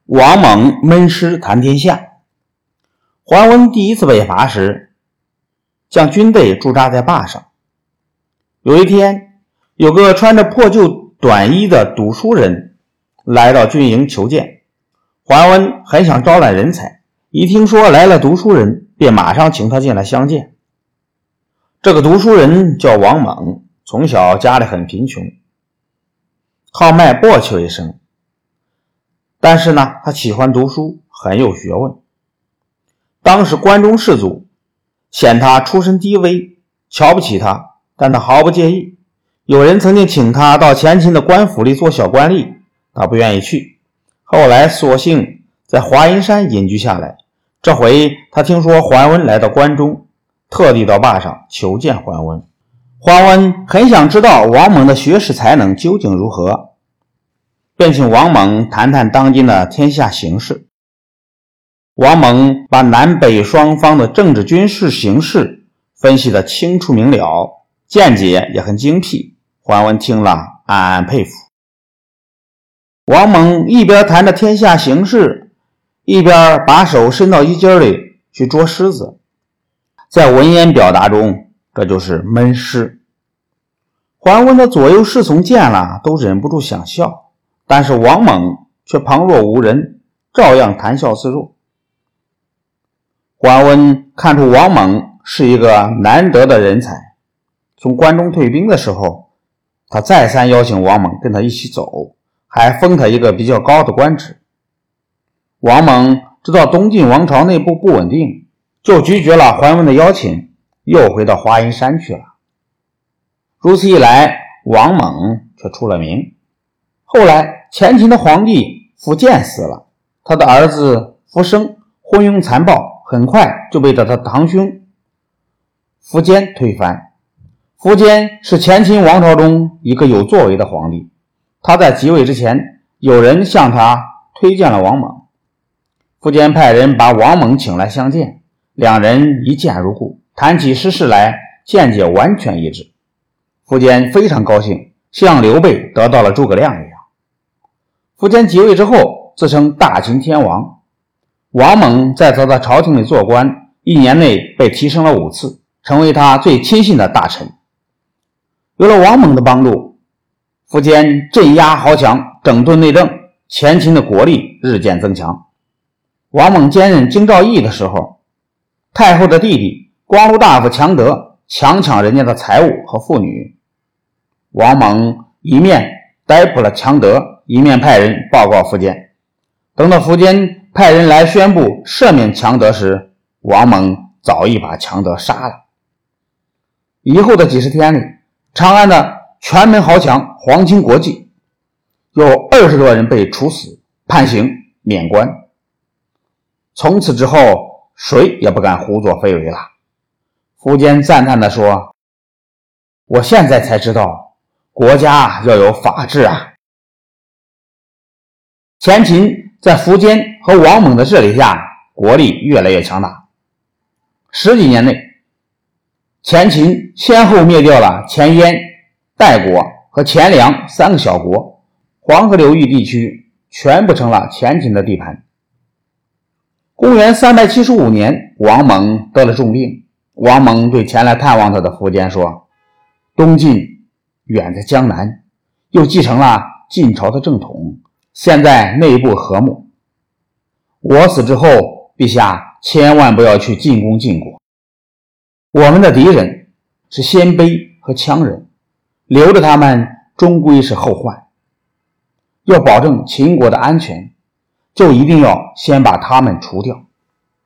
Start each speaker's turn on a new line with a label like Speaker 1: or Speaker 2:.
Speaker 1: 王猛闷师谈天下。桓温第一次北伐时，将军队驻扎在坝上。有一天，有个穿着破旧短衣的读书人来到军营求见。桓温很想招揽人才，一听说来了读书人，便马上请他进来相见。这个读书人叫王猛，从小家里很贫穷，靠卖簸箕为生。但是呢，他喜欢读书，很有学问。当时关中士族嫌他出身低微，瞧不起他，但他毫不介意。有人曾经请他到前秦的官府里做小官吏，他不愿意去。后来索性在华阴山隐居下来。这回他听说桓温来到关中，特地到坝上求见桓温。桓温很想知道王猛的学识才能究竟如何，便请王猛谈谈当今的天下形势。王猛把南北双方的政治军事形势分析得清楚明了，见解也很精辟。桓温听了暗暗佩服。王猛一边谈着天下形势，一边把手伸到衣襟里去捉虱子。在文言表达中，这就是闷师。桓温的左右侍从见了都忍不住想笑，但是王猛却旁若无人，照样谈笑自若。桓温看出王猛是一个难得的人才，从关中退兵的时候，他再三邀请王猛跟他一起走，还封他一个比较高的官职。王猛知道东晋王朝内部不稳定，就拒绝了桓温的邀请，又回到华阴山去了。如此一来，王猛却出了名。后来前秦的皇帝苻坚死了，他的儿子苻生昏庸残暴，很快就被他的堂兄苻坚推翻。苻坚是前秦王朝中一个有作为的皇帝，他在即位之前，有人向他推荐了王猛。苻坚派人把王猛请来相见，两人一见如故，谈起时事来见解完全一致。苻坚非常高兴，像刘备得到了诸葛亮一样。苻坚即位之后，自称大秦天王。王猛在他的朝廷里做官，1年内被提升了5次，成为他最亲信的大臣。有了王猛的帮助，苻坚镇压豪强，整顿内政，前秦的国力日渐增强。王猛兼任京兆尹的时候，太后的弟弟光禄大夫强德强抢人家的财物和妇女。王猛一面逮捕了强德，一面派人报告苻坚。等到苻坚派人来宣布赦免强德时，王猛早已把强德杀了。以后的几十天里，长安的全门豪强皇亲国戚有20多人被处死、判刑、免官。从此之后，谁也不敢胡作非为了。苻坚赞叹地说：“我现在才知道，国家要有法治啊！”前秦在苻坚和王猛的治理下，国力越来越强大。10几年内，前秦先后灭掉了前燕、代国和前凉3个小国，黄河流域地区全部成了前秦的地盘。公元375年，王猛得了重病。王猛对前来探望他的苻坚说：“东晋远在江南，又继承了晋朝的正统，现在内部和睦。我死之后，陛下千万不要去进攻晋国。我们的敌人是鲜卑和羌人，留着他们终归是后患。要保证秦国的安全，就一定要先把他们除掉。”